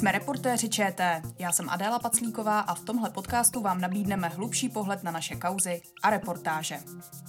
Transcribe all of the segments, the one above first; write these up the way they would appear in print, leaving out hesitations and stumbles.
Jsme reportéři ČT. Já jsem Adéla Paclíková a v tomhle podcastu vám nabídneme hlubší pohled na naše kauzy a reportáže.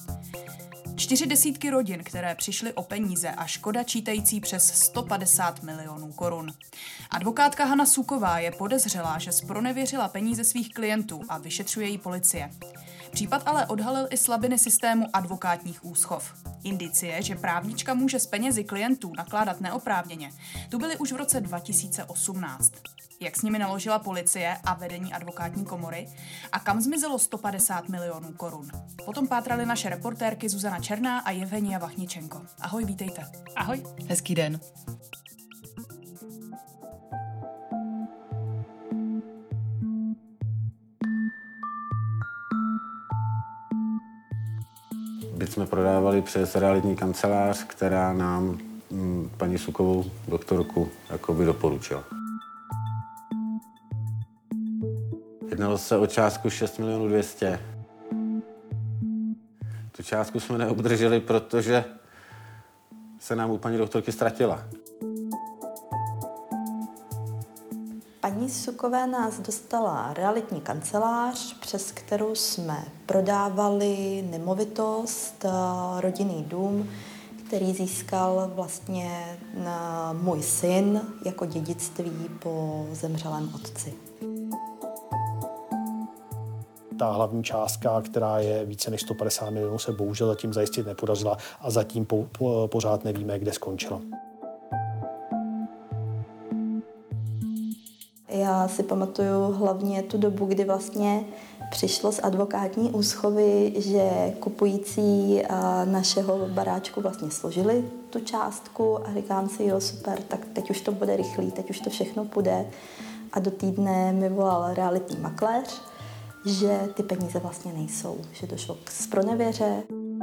40 rodin, které přišly o peníze a škoda čítající přes 150 milionů korun. Advokátka Hana Suková je podezřelá, že zpronevěřila peníze svých klientů a vyšetřuje ji policie. Případ ale odhalil i slabiny systému advokátních úschov. Indicie, že právnička může s penězi klientů nakládat neoprávněně, tu byly už v roce 2018. Jak s nimi naložila policie a vedení advokátní komory a kam zmizelo 150 milionů korun. Potom pátrali naše reportérky Zuzana Černá a Jevgenia Vachničenko. Ahoj, vítejte. Ahoj. Hezký den. Byt jsme prodávali přes realitní kancelář, která nám paní Sukovou, doktorku, jakoby doporučila. Jednalo se o částku 6 200 000. Tu částku jsme neobdrželi, protože se nám u paní doktorky ztratila. Paní Sukové nás dostala realitní kancelář, přes kterou jsme prodávali nemovitost, rodinný dům, který získal vlastně můj syn jako dědictví po zemřelém otci. Ta hlavní částka, která je více než 150 milionů, se bohužel zatím zajistit nepodařila a zatím pořád nevíme, kde skončila. Já si pamatuju hlavně tu dobu, kdy vlastně přišlo z advokátní úschovy, že kupující našeho baráčku vlastně složili tu částku a říkám si, jo super, tak teď už to bude rychlý, teď už to všechno půjde. A do týdne mi volal realitní makléř, že ty peníze vlastně nejsou, že došlo k zpronevěře.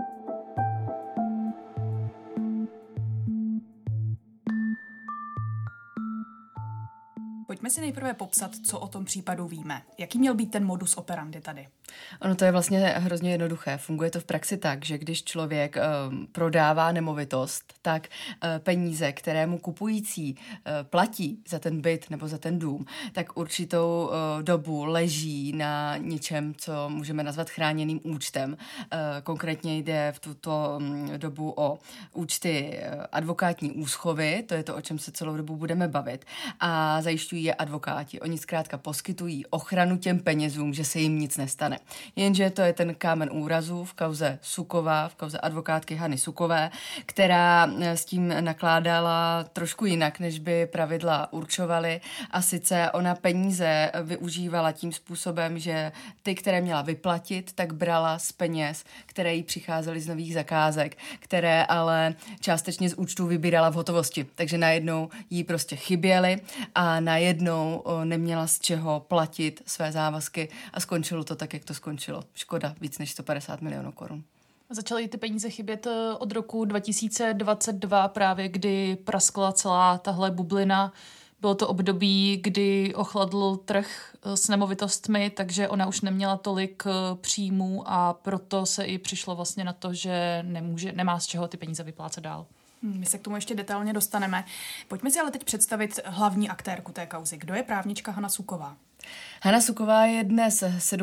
Pojďme si nejprve popsat, co o tom případu víme. Jaký měl být ten modus operandi tady? Ono to je vlastně hrozně jednoduché. Funguje to v praxi tak, že když člověk prodává nemovitost, tak peníze, které mu kupující platí za ten byt nebo za ten dům, tak určitou dobu leží na něčem, co můžeme nazvat chráněným účtem. Konkrétně jde v tuto dobu o účty advokátní úschovy, to je to, o čem se celou dobu budeme bavit, a zajišťují je advokáti. Oni zkrátka poskytují ochranu těm penězům, že se jim nic nestane. Jenže to je ten kámen úrazu v kauze Suková, v kauze advokátky Hany Sukové, která s tím nakládala trošku jinak, než by pravidla určovaly. A sice ona peníze využívala tím způsobem, že ty, které měla vyplatit, tak brala z peněz, které jí přicházely z nových zakázek, které ale částečně z účtu vybírala v hotovosti. Takže najednou jí prostě chyběly a najednou neměla z čeho platit své závazky a skončilo to tak, jak to skončilo. Škoda víc než 150 milionů korun. Začaly ty peníze chybět od roku 2022 právě, kdy praskla celá tahle bublina. Bylo to období, kdy ochladl trh s nemovitostmi, takže ona už neměla tolik příjmů a proto se i přišlo vlastně na to, že nemá z čeho ty peníze vyplácet dál. My se k tomu ještě detailně dostaneme. Pojďme si ale teď představit hlavní aktérku té kauzy. Kdo je právnička Hana Suková? Hana Suková je dnes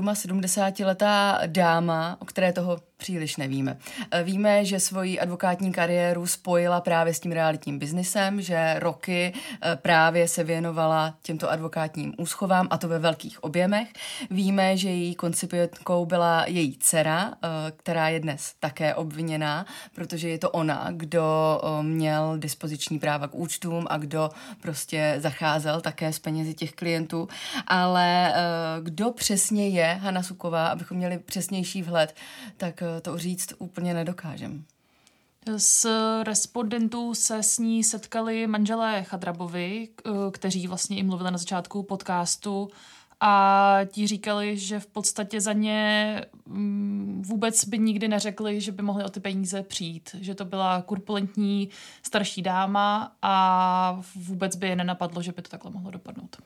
77letá dáma, o které toho příliš nevíme. Víme, že svoji advokátní kariéru spojila právě s tím realitním biznisem, že roky právě se věnovala těmto advokátním úschovám, a to ve velkých objemech. Víme, že její koncipientkou byla její dcera, která je dnes také obviněná, protože je to ona, kdo měl dispoziční práva k účtům a kdo prostě zacházel také s penězi těch klientů. Ale kdo přesně je Hana Suková, abychom měli přesnější vhled, tak to říct úplně nedokážem. Z respondentů se s ní setkali manželé Chadrabovi, kteří vlastně i mluvili na začátku podcastu, a ti říkali, že v podstatě za ně vůbec by nikdy neřekli, že by mohli o ty peníze přijít. Že to byla korpulentní starší dáma a vůbec by je nenapadlo, že by to takhle mohlo dopadnout.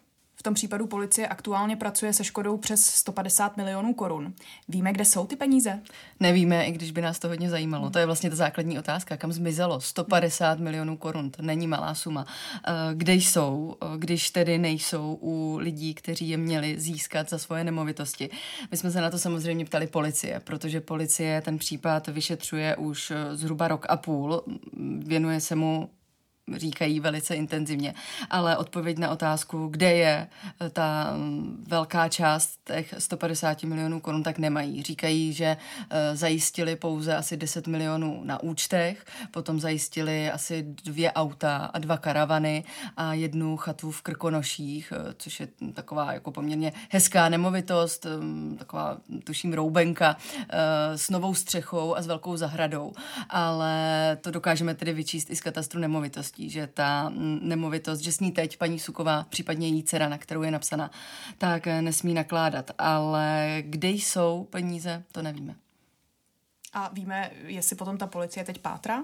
tom případu policie aktuálně pracuje se škodou přes 150 milionů korun. Víme, kde jsou ty peníze? Nevíme, i když by nás to hodně zajímalo. To je vlastně ta základní otázka. Kam zmizelo 150 milionů korun? To není malá suma. Kde jsou, když tedy nejsou u lidí, kteří je měli získat za svoje nemovitosti? My jsme se na to samozřejmě ptali policie, protože policie ten případ vyšetřuje už zhruba rok a půl. Věnuje se mu, říkají, velice intenzivně, ale odpověď na otázku, kde je ta velká část těch 150 milionů korun, tak nemají. Říkají, že zajistili pouze asi 10 milionů na účtech, potom zajistili asi 2 auta a 2 karavany a 1 chatu v Krkonoších, což je taková jako poměrně hezká nemovitost, taková, tuším, roubenka s novou střechou a s velkou zahradou. Ale to dokážeme tedy vyčíst i z katastru nemovitostí, že ta nemovitost, že s ní teď paní Suková, případně její dcera, na kterou je napsaná, tak nesmí nakládat. Ale kde jsou peníze, to nevíme. A víme, jestli potom ta policie teď pátrá?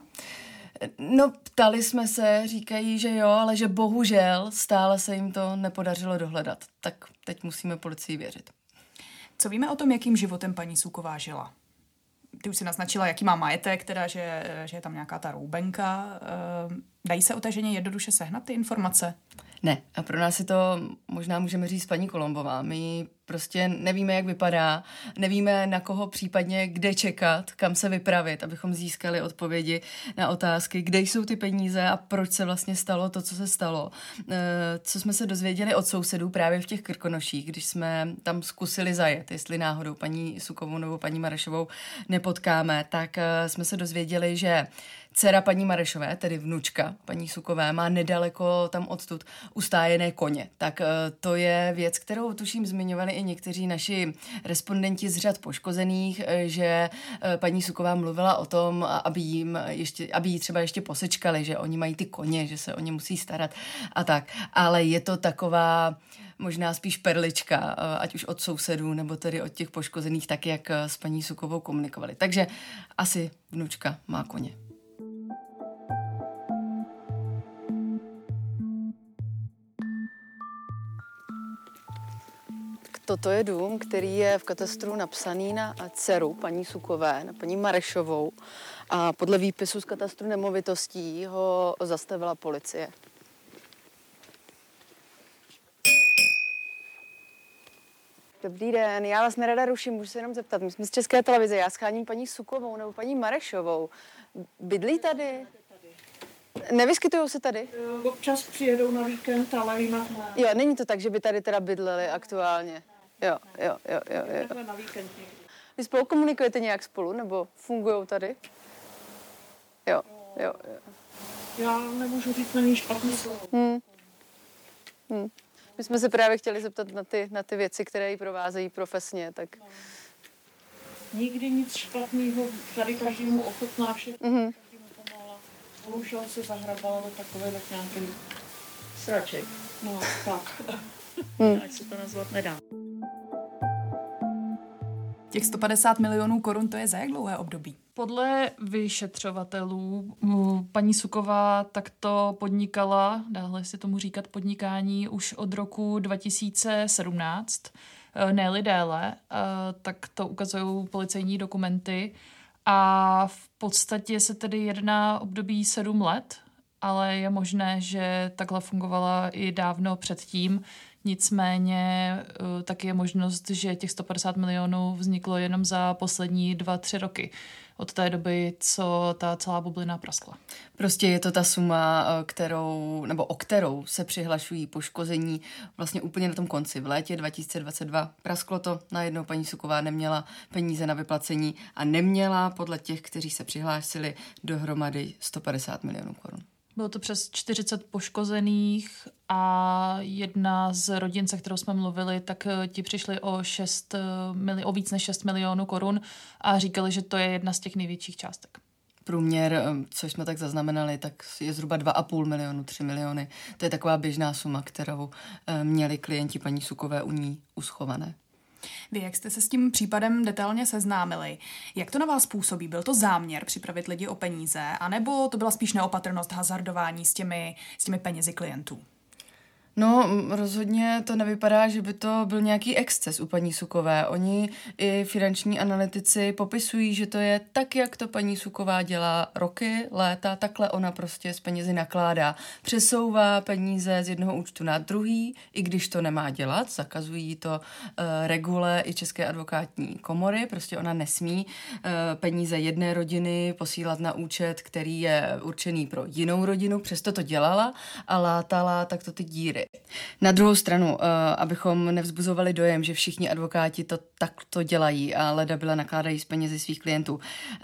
No, ptali jsme se, říkají, že jo, ale že bohužel stále se jim to nepodařilo dohledat. Tak teď musíme policii věřit. Co víme o tom, jakým životem paní Suková žila? Ty už si naznačila, jaký má majetek, teda, že je tam nějaká ta roubenka. Dají se otaženě jednoduše sehnat ty informace? Ne, a pro nás je to, možná můžeme říct paní Kolombová, my prostě nevíme, jak vypadá, nevíme, na koho případně kde čekat, kam se vypravit, abychom získali odpovědi na otázky, kde jsou ty peníze a proč se vlastně stalo to, co se stalo. Co jsme se dozvěděli od sousedů právě v těch Krkonoších, když jsme tam zkusili zajet, jestli náhodou paní Sukovou nebo paní Marešovou nepotkáme, tak jsme se dozvěděli, že dcera paní Marešové, tedy vnučka paní Sukové, má nedaleko tam odtud ustájené koně. Tak to je věc, kterou tuším zmiňovali i někteří naši respondenti z řad poškozených, že paní Suková mluvila o tom, aby jí třeba ještě posečkali, že oni mají ty koně, že se o ně musí starat a tak. Ale je to taková možná spíš perlička, ať už od sousedů, nebo tedy od těch poškozených, tak jak s paní Sukovou komunikovali. Takže asi vnučka má koně. Toto je dům, který je v katastru napsaný na dceru paní Sukové, na paní Marešovou. A podle výpisu z katastru nemovitostí ho zastavila policie. Dobrý den, já vás nerada ruším, můžu se jenom zeptat. My jsme z České televize, já scháním paní Sukovou nebo paní Marešovou. Bydlí tady? Nevyskytujou se tady? Občas přijedou na víkend, ale jinak ne. Jo, není to tak, že by tady teda bydleli aktuálně? Jo. Takhle na víkend. Vy spolu komunikujete nějak spolu, nebo fungujou tady? Jo. Já nemůžu říct na ní špatný slovo. My jsme se právě chtěli zeptat na ty věci, které ji provázejí profesně, tak... Nikdy nic špatného, tady každému ochotná všechno, každému pomáhala. Bohužel se zahrabala do takové tak nějaký sraček. No, tak. Ať se to nazvat nedá. Těch 150 milionů korun, to je za jak dlouhé období? Podle vyšetřovatelů paní Suková takto podnikala, dále si tomu říkat podnikání, už od roku 2017, ne-li déle, tak to ukazují policejní dokumenty. A v podstatě se tedy jedná období 7 let, ale je možné, že takhle fungovala i dávno předtím. Nicméně taky je možnost, že těch 150 milionů vzniklo jenom za poslední 2-3 roky. Od té doby, co ta celá bublina praskla. Prostě je to ta suma, o kterou se přihlašují poškození vlastně úplně na tom konci. V létě 2022 prasklo to, najednou paní Suková neměla peníze na vyplacení a neměla podle těch, kteří se přihlásili, dohromady 150 milionů korun. Bylo to přes 40 poškozených a jedna z rodin, se kterou jsme mluvili, tak ti přišli o víc než 6 milionů korun a říkali, že to je jedna z těch největších částek. Průměr, což jsme tak zaznamenali, tak je zhruba 2,5 milionu, 3 miliony. To je taková běžná suma, kterou měli klienti paní Sukové u ní uschované. Vy, jak jste se s tím případem detailně seznámili, jak to na vás působí? Byl to záměr připravit lidi o peníze, anebo to byla spíš neopatrnost, hazardování s těmi penězi klientů? No, rozhodně to nevypadá, že by to byl nějaký exces u paní Sukové. Oni i finanční analytici popisují, že to je tak, jak to paní Suková dělá roky, léta, takhle ona prostě s penězi nakládá. Přesouvá peníze z jednoho účtu na druhý, i když to nemá dělat, zakazují to regule i České advokátní komory, prostě ona nesmí peníze jedné rodiny posílat na účet, který je určený pro jinou rodinu, přesto to dělala a látala takto ty díry. Na druhou stranu, abychom nevzbuzovali dojem, že všichni advokáti to takto dělají a ledabyle nakládají s penězi svých klientů.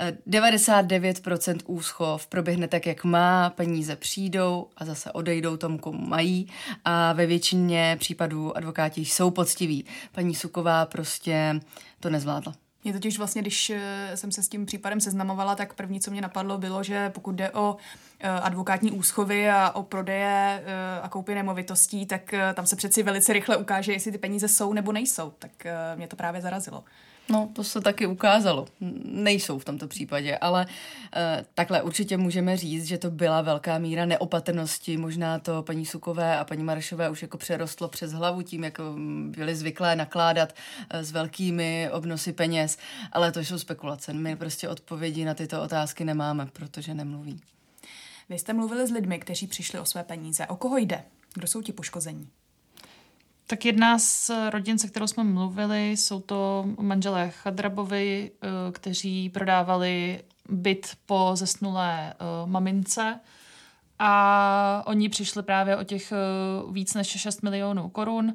99% úschov proběhne tak, jak má, peníze přijdou a zase odejdou tomu, komu mají a ve většině případů advokáti jsou poctiví. Paní Suková prostě to nezvládla. Mě totiž vlastně, když jsem se s tím případem seznamovala, tak první, co mě napadlo, bylo, že pokud jde o advokátní úschovy a o prodeje a koupy nemovitostí, tak tam se přeci velice rychle ukáže, jestli ty peníze jsou nebo nejsou. Tak mě to právě zarazilo. No, to se taky ukázalo. Nejsou v tomto případě, ale takhle určitě můžeme říct, že to byla velká míra neopatrnosti. Možná to paní Sukové a paní Marešové už jako přerostlo přes hlavu tím, jak byli zvyklé nakládat s velkými obnosy peněz, ale to jsou spekulace. My prostě odpovědi na tyto otázky nemáme, protože nemluví. Vy jste mluvili s lidmi, kteří přišli o své peníze. O koho jde? Kdo jsou ti poškození? Tak jedna z rodin, se kterou jsme mluvili, jsou to manželé Chadrabovi, kteří prodávali byt po zesnulé mamince a oni přišli právě o těch víc než 6 milionů korun.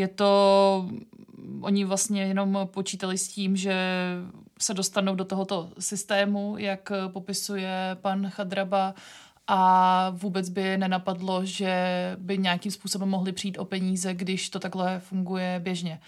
Oni vlastně jenom počítali s tím, že se dostanou do tohoto systému, jak popisuje pan Chadraba, a vůbec by nenapadlo, že by nějakým způsobem mohli přijít o peníze, když to takhle funguje běžně.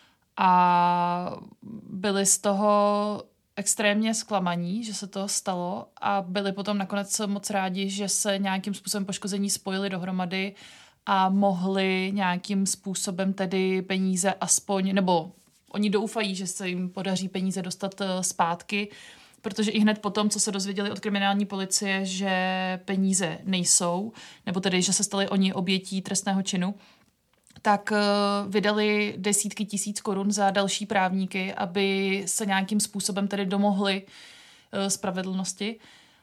A byli z toho extrémně zklamaní, že se to stalo a byli potom nakonec moc rádi, že se nějakým způsobem poškození spojili dohromady a mohli nějakým způsobem tedy peníze aspoň, nebo oni doufají, že se jim podaří peníze dostat zpátky, protože i hned potom, co se dozvěděli od kriminální policie, že peníze nejsou, nebo tedy, že se stali oni obětí trestného činu, tak vydali desítky tisíc korun za další právníky, aby se nějakým způsobem tedy domohli spravedlnosti.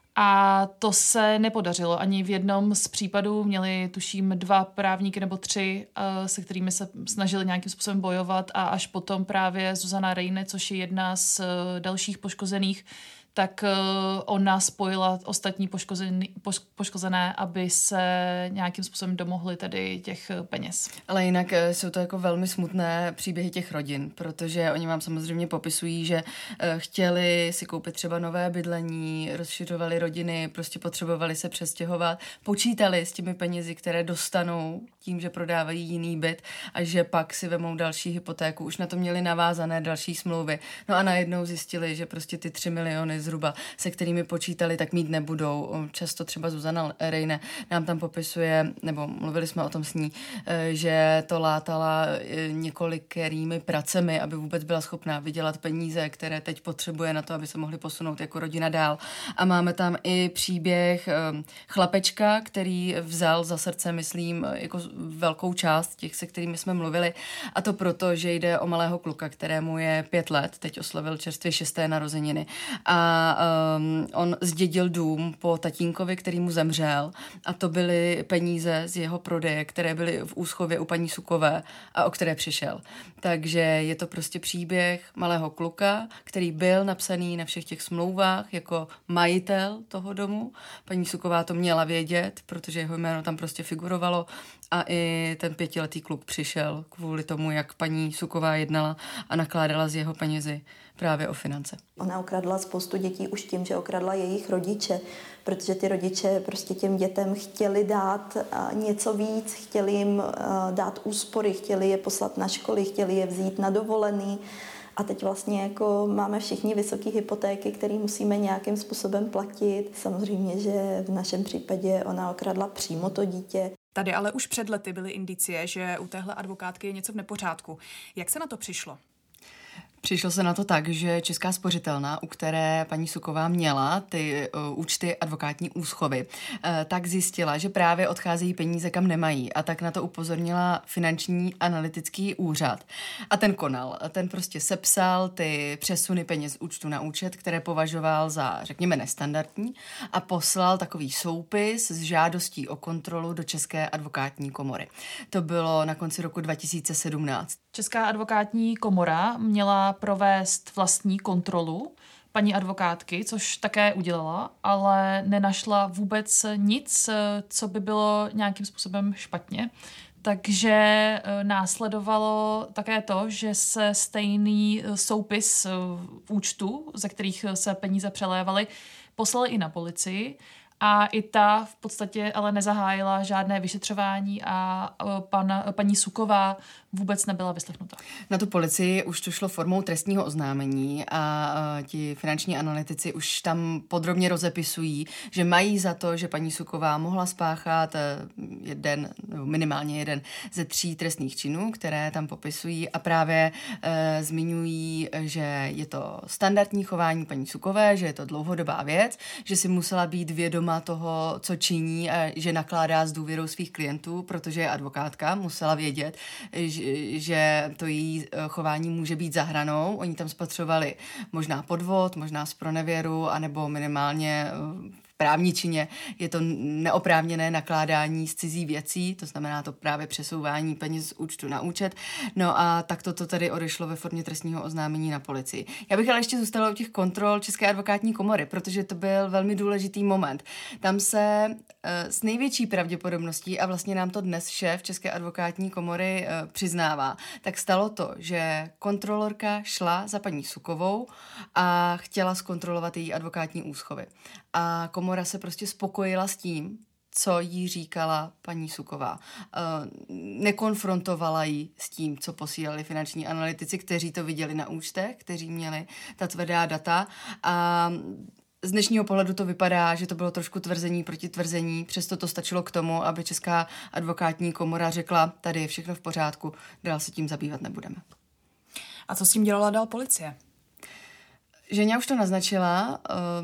A to se nepodařilo. Ani v jednom z případů měli, tuším, 2 právníky nebo 3, se kterými se snažili nějakým způsobem bojovat a až potom právě Zuzana Rejne, což je jedna z dalších poškozených, tak ona spojila ostatní poškozené, aby se nějakým způsobem domohli tedy těch peněz. Ale jinak jsou to jako velmi smutné příběhy těch rodin, protože oni vám samozřejmě popisují, že chtěli si koupit třeba nové bydlení, rozšiřovali rodiny, prostě potřebovali se přestěhovat, počítali s těmi penězi, které dostanou tím, že prodávají jiný byt a že pak si vemou další hypotéku. Už na to měli navázané další smlouvy. No a najednou zjistili, že prostě ty 3 miliony zhruba, se kterými počítali, tak mít nebudou. Často třeba Zuzana Rejne nám tam popisuje, nebo mluvili jsme o tom s ní, že to látala několikerými pracemi, aby vůbec byla schopná vydělat peníze, které teď potřebuje na to, aby se mohli posunout jako rodina dál. A máme tam i příběh chlapečka, který vzal za srdce, myslím, jako velkou část těch, se kterými jsme mluvili. A to proto, že jde o malého kluka, kterému je 5 let, teď oslavil čerstvě 6. narozeniny. A on zdědil dům po tatínkovi, který mu zemřel. A to byly peníze z jeho prodeje, které byly v úschově u paní Sukové a o které přišel. Takže je to prostě příběh malého kluka, který byl napsaný na všech těch smlouvách jako majitel toho domu. Paní Suková to měla vědět, protože jeho jméno tam prostě figurovalo a i ten 5letý kluk přišel kvůli tomu, jak paní Suková jednala a nakládala z jeho penězi právě o finance. Ona okradla spoustu dětí už tím, že okradla jejich rodiče, protože ty rodiče prostě těm dětem chtěli dát něco víc, chtěli jim dát úspory, chtěli je poslat na školy, chtěli je vzít na dovolený. A teď vlastně jako máme všichni vysoké hypotéky, které musíme nějakým způsobem platit. Samozřejmě, že v našem případě ona okradla přímo to dítě. Tady ale už před lety byly indicie, že u téhle advokátky je něco v nepořádku. Jak se na to přišlo? Přišlo se na to tak, že Česká spořitelna, u které paní Suková měla ty účty advokátní úschovy, tak zjistila, že právě odcházejí peníze, kam nemají. A tak na to upozornila Finanční analytický úřad. A ten konal. Ten prostě sepsal ty přesuny peněz z účtu na účet, které považoval za, řekněme, nestandardní a poslal takový soupis s žádostí o kontrolu do České advokátní komory. To bylo na konci roku 2017. Česká advokátní komora měla provést vlastní kontrolu paní advokátky, což také udělala, ale nenašla vůbec nic, co by bylo nějakým způsobem špatně. Takže následovalo také to, že se stejný soupis účtu, ze kterých se peníze přelévaly, poslali i na policii. A i ta v podstatě ale nezahájila žádné vyšetřování a paní Suková vůbec nebyla vyslechnuta. Na tu policii už to šlo formou trestního oznámení a ti finanční analytici už tam podrobně rozepisují, že mají za to, že paní Suková mohla spáchat minimálně jeden ze 3 trestných činů, které tam popisují a právě zmiňují, že je to standardní chování paní Sukové, že je to dlouhodobá věc, že si musela být vědoma toho, co činí a že nakládá s důvěrou svých klientů, protože je advokátka, musela vědět, že to její chování může být za hranou. Oni tam spatřovali možná podvod, možná zpronevěru, anebo minimálně právní čině je to neoprávněné nakládání s cizí věcí, to znamená to právě přesouvání peněz z účtu na účet. No a tak to tady odešlo ve formě trestního oznámení na policii. Já bych ale ještě zůstala u těch kontrol České advokátní komory, protože to byl velmi důležitý moment. Tam se s největší pravděpodobností, a vlastně nám to dnes šéf České advokátní komory přiznává, tak stalo to, že kontrolorka šla za paní Sukovou a chtěla zkontrolovat její advokátní úschovy. A komora se prostě spokojila s tím, co jí říkala paní Suková. Nekonfrontovala ji s tím, co posílali finanční analytici, kteří to viděli na účtech, kteří měli ta tvrdá data. A z dnešního pohledu to vypadá, že to bylo trošku tvrzení proti tvrzení, přesto to stačilo k tomu, aby Česká advokátní komora řekla, tady je všechno v pořádku, dál se tím zabývat nebudeme. A co s tím dělala dál policie? Ženě už to naznačila.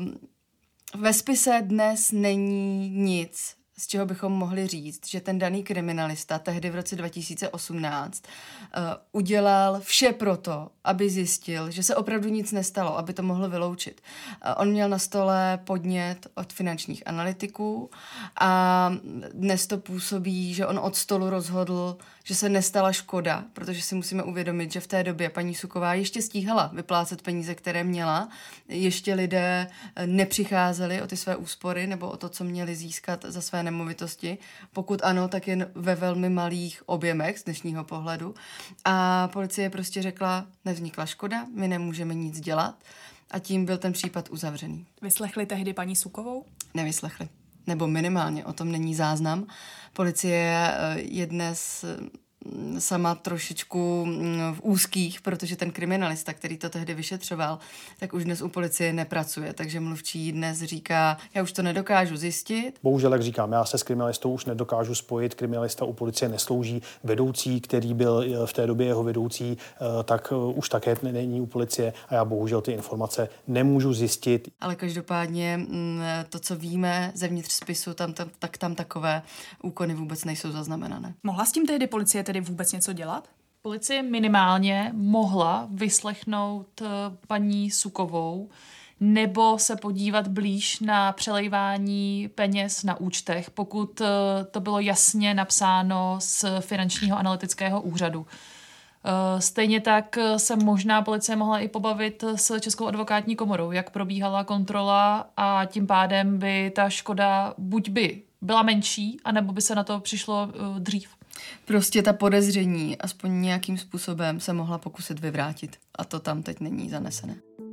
Ve spise dnes není nic, z čeho bychom mohli říct, že ten daný kriminalista tehdy v roce 2018 udělal vše proto, aby zjistil, že se opravdu nic nestalo, aby to mohl vyloučit. On měl na stole podnět od finančních analytiků a dnes to působí, že on od stolu rozhodl, že se nestala škoda, protože si musíme uvědomit, že v té době paní Suková ještě stíhala vyplácet peníze, které měla. Ještě lidé nepřicházeli o ty své úspory nebo o to, co měli získat za své nemovitosti. Pokud ano, tak jen ve velmi malých objemech z dnešního pohledu. A policie prostě řekla, nevznikla škoda, my nemůžeme nic dělat. A tím byl ten případ uzavřený. Vyslechli tehdy paní Sukovou? Nevyslechli. Nebo minimálně, o tom není záznam. Policie je dnes sama trošičku v úzkých, protože ten kriminalista, který to tehdy vyšetřoval, tak už dnes u policie nepracuje, takže mluvčí dnes říká, já už to nedokážu zjistit. Bohužel, jak říkám, já se s kriminalistou už nedokážu spojit, kriminalista u policie neslouží, vedoucí, který byl v té době jeho vedoucí, tak už také není u policie a já bohužel ty informace nemůžu zjistit. Ale každopádně to, co víme zevnitř spisu, tam takové úkony vůbec nejsou zaznamenané. Mohla s tím tehdy policie tedy vůbec něco dělat? Policie minimálně mohla vyslechnout paní Sukovou nebo se podívat blíž na přelejvání peněz na účtech, pokud to bylo jasně napsáno z Finančního analytického úřadu. Stejně tak se možná policie mohla i pobavit s Českou advokátní komorou, jak probíhala kontrola a tím pádem by ta škoda buď by byla menší, anebo by se na to přišlo dřív. Prostě ta podezření aspoň nějakým způsobem se mohla pokusit vyvrátit. A to tam teď není zanesené.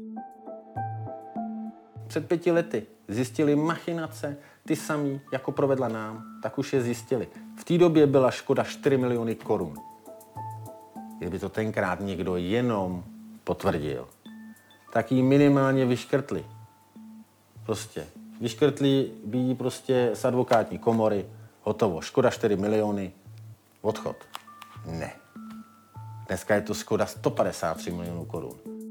Před 5 lety zjistili machinace, ty samý, jako provedla nám, tak už je zjistili. V té době byla škoda 4 miliony korun. Kdyby to tenkrát někdo jenom potvrdil, tak ji minimálně vyškrtli. Prostě. Vyškrtli by ji prostě z advokátní komory, hotovo. Škoda 4 miliony, odchod. Ne. Dneska je to škoda 153 milionů korun.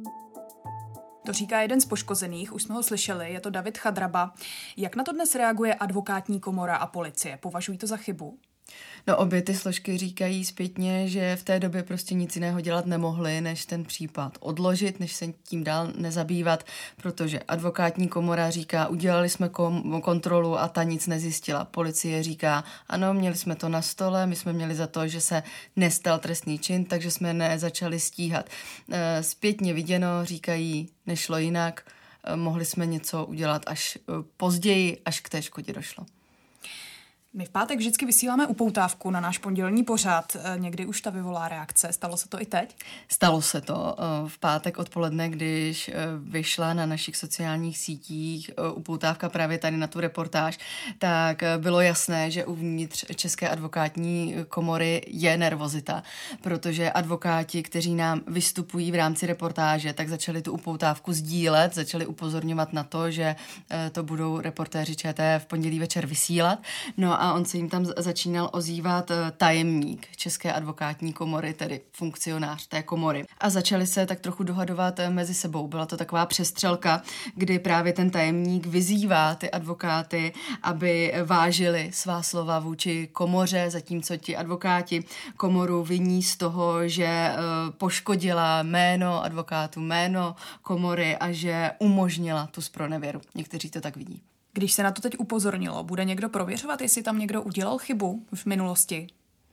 To říká jeden z poškozených, už jsme ho slyšeli, je to David Chadraba. Jak na to dnes reaguje advokátní komora a policie? Považují to za chybu? No, obě ty složky říkají zpětně, že v té době prostě nic jiného dělat nemohli, než ten případ odložit, než se tím dál nezabývat, protože advokátní komora říká, udělali jsme kontrolu a ta nic nezjistila. Policie říká, ano, měli jsme to na stole, my jsme měli za to, že se nestal trestný čin, takže jsme nezačali stíhat. Zpětně viděno, říkají, nešlo jinak, mohli jsme něco udělat až později, až k té škodě došlo. My v pátek vždycky vysíláme upoutávku na náš pondělní pořad. Někdy už ta vyvolá reakce. Stalo se to i teď? Stalo se to. V pátek odpoledne, když vyšla na našich sociálních sítích upoutávka právě tady na tu reportáž, tak bylo jasné, že uvnitř České advokátní komory je nervozita, protože advokáti, kteří nám vystupují v rámci reportáže, tak začali tu upoutávku sdílet, začali upozorňovat na to, že to budou reportéři ČT v pondělí večer vysílat. No a on se jim tam začínal ozývat tajemník České advokátní komory, tedy funkcionář té komory. A začali se tak trochu dohadovat mezi sebou. Byla to taková přestřelka, kdy právě ten tajemník vyzývá ty advokáty, aby vážili svá slova vůči komoře, zatímco ti advokáti komoru viní z toho, že poškodila jméno advokátů, jméno komory a že umožnila tu zpronevěru. Někteří to tak vidí. Když se na to teď upozornilo, bude někdo prověřovat, jestli tam někdo udělal chybu v minulosti?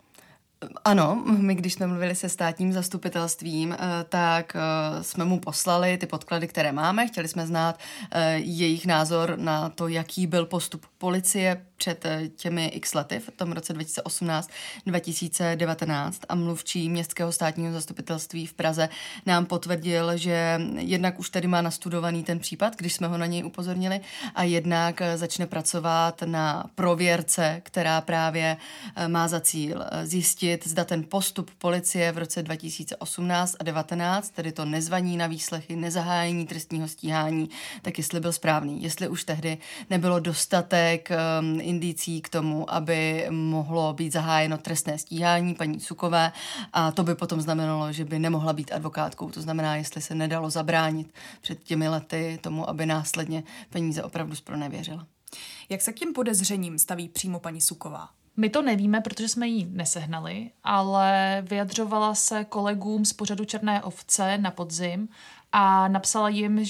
Ano, my když jsme mluvili se státním zastupitelstvím, tak jsme mu poslali ty podklady, které máme. Chtěli jsme znát jejich názor na to, jaký byl postup policie před těmi x lety, v tom roce 2018-2019 a mluvčí Městského státního zastupitelství v Praze nám potvrdil, že jednak už tady má nastudovaný ten případ, když jsme ho na něj upozornili, a jednak začne pracovat na prověrce, která právě má za cíl zjistit, zda ten postup policie v roce 2018 a 2019, tedy to nezvaní na výslechy, nezahájení trestního stíhání, tak jestli byl správný, jestli už tehdy nebylo dostatek indicí k tomu, aby mohlo být zahájeno trestné stíhání paní Sukové, a to by potom znamenalo, že by nemohla být advokátkou. To znamená, jestli se nedalo zabránit před těmi lety tomu, aby následně peníze opravdu zpronevěřila. Jak se k těm podezřením staví přímo paní Suková? My to nevíme, protože jsme ji nesehnali, ale vyjadřovala se kolegům z pořadu Černé ovce na podzim a napsala jim,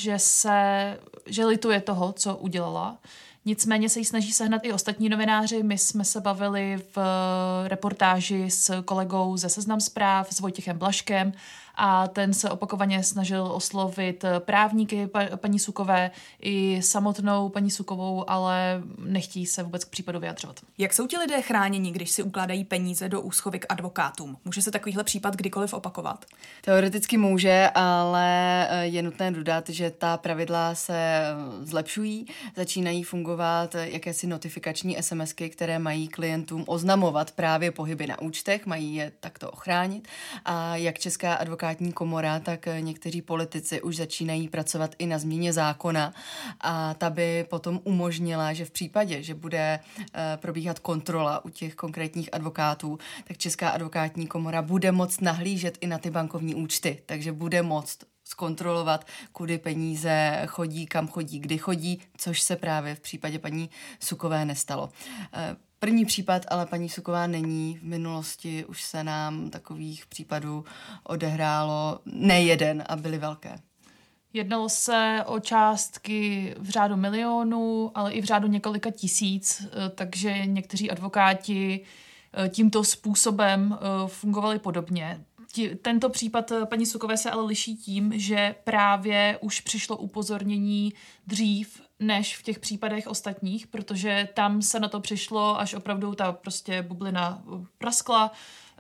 že lituje toho, co udělala. Nicméně se jí snaží sehnat i ostatní novináři. My jsme se bavili v reportáži s kolegou ze Seznam Zpráv, s Vojtěchem Blažkem, a ten se opakovaně snažil oslovit právníky paní Sukové i samotnou paní Sukovou, ale nechtějí se vůbec k případu vyjadřovat. Jak jsou ti lidé chráněni, když si ukládají peníze do úschovy k advokátům? Může se takovýhle případ kdykoliv opakovat? Teoreticky může, ale je nutné dodat, že ta pravidla se zlepšují, začínají fungovat jakési notifikační SMSky, které mají klientům oznamovat právě pohyby na účtech, mají je takto ochránit, a jak Česká advokátní komora, tak někteří politici už začínají pracovat i na změně zákona, a ta by potom umožnila, že v případě, že bude probíhat kontrola u těch konkrétních advokátů, tak Česká advokátní komora bude moct nahlížet i na ty bankovní účty, takže bude moct zkontrolovat, kudy peníze chodí, kam chodí, kdy chodí, což se právě v případě paní Sukové nestalo. První případ, ale paní Suková není. V minulosti už se nám takových případů odehrálo nejeden a byly velké. Jednalo se o částky v řádu milionů, ale i v řádu několika tisíc, takže někteří advokáti tímto způsobem fungovali podobně. Tento případ paní Sukové se ale liší tím, že právě už přišlo upozornění dřív než v těch případech ostatních, protože tam se na to přišlo, až opravdu ta prostě bublina praskla,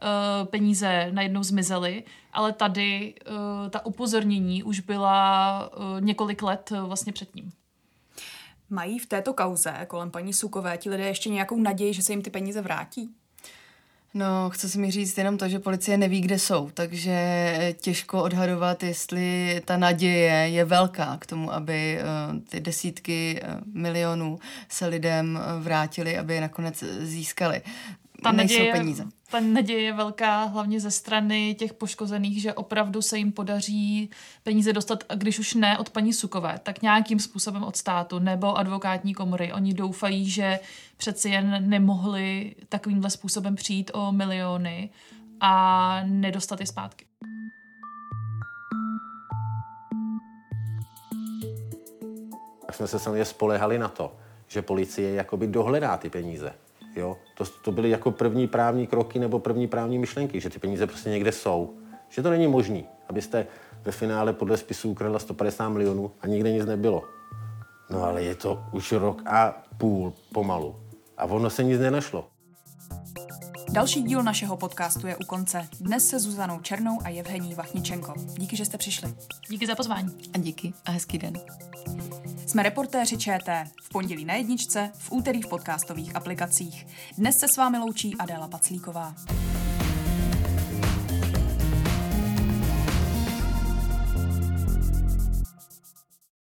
peníze najednou zmizely, ale tady ta upozornění už byla několik let vlastně předtím. Mají v této kauze kolem paní Sukové ti lidé ještě nějakou naději, že se jim ty peníze vrátí? No, chci si mi říct jenom to, že policie neví, kde jsou, takže těžko odhadovat, jestli ta naděje je velká k tomu, aby ty desítky milionů se lidem vrátily, aby je nakonec získali. nejsou peníze. Ta naděje je velká, hlavně ze strany těch poškozených, že opravdu se jim podaří peníze dostat, a když už ne od paní Sukové, tak nějakým způsobem od státu nebo advokátní komory. Oni doufají, že přeci jen nemohli takovýmhle způsobem přijít o miliony a nedostat je zpátky. Tak jsme se samozřejmě spolehali na to, že policie jakoby dohledá ty peníze. Jo? To byly jako první právní kroky nebo první právní myšlenky, že ty peníze prostě někde jsou. Že to není možný, abyste ve finále podle spisu ukradla 150 milionů a nikde nic nebylo. No ale je to už rok a půl pomalu a ono se nic nenašlo. Další díl našeho podcastu je u konce. Dnes se Zuzanou Černou a Jevhení Vachničenko. Díky, že jste přišli. Díky za pozvání. A díky a hezký den. Jsme reportéři ČT. V pondělí na jedničce, v úterý v podcastových aplikacích. Dnes se s vámi loučí Adéla Paclíková.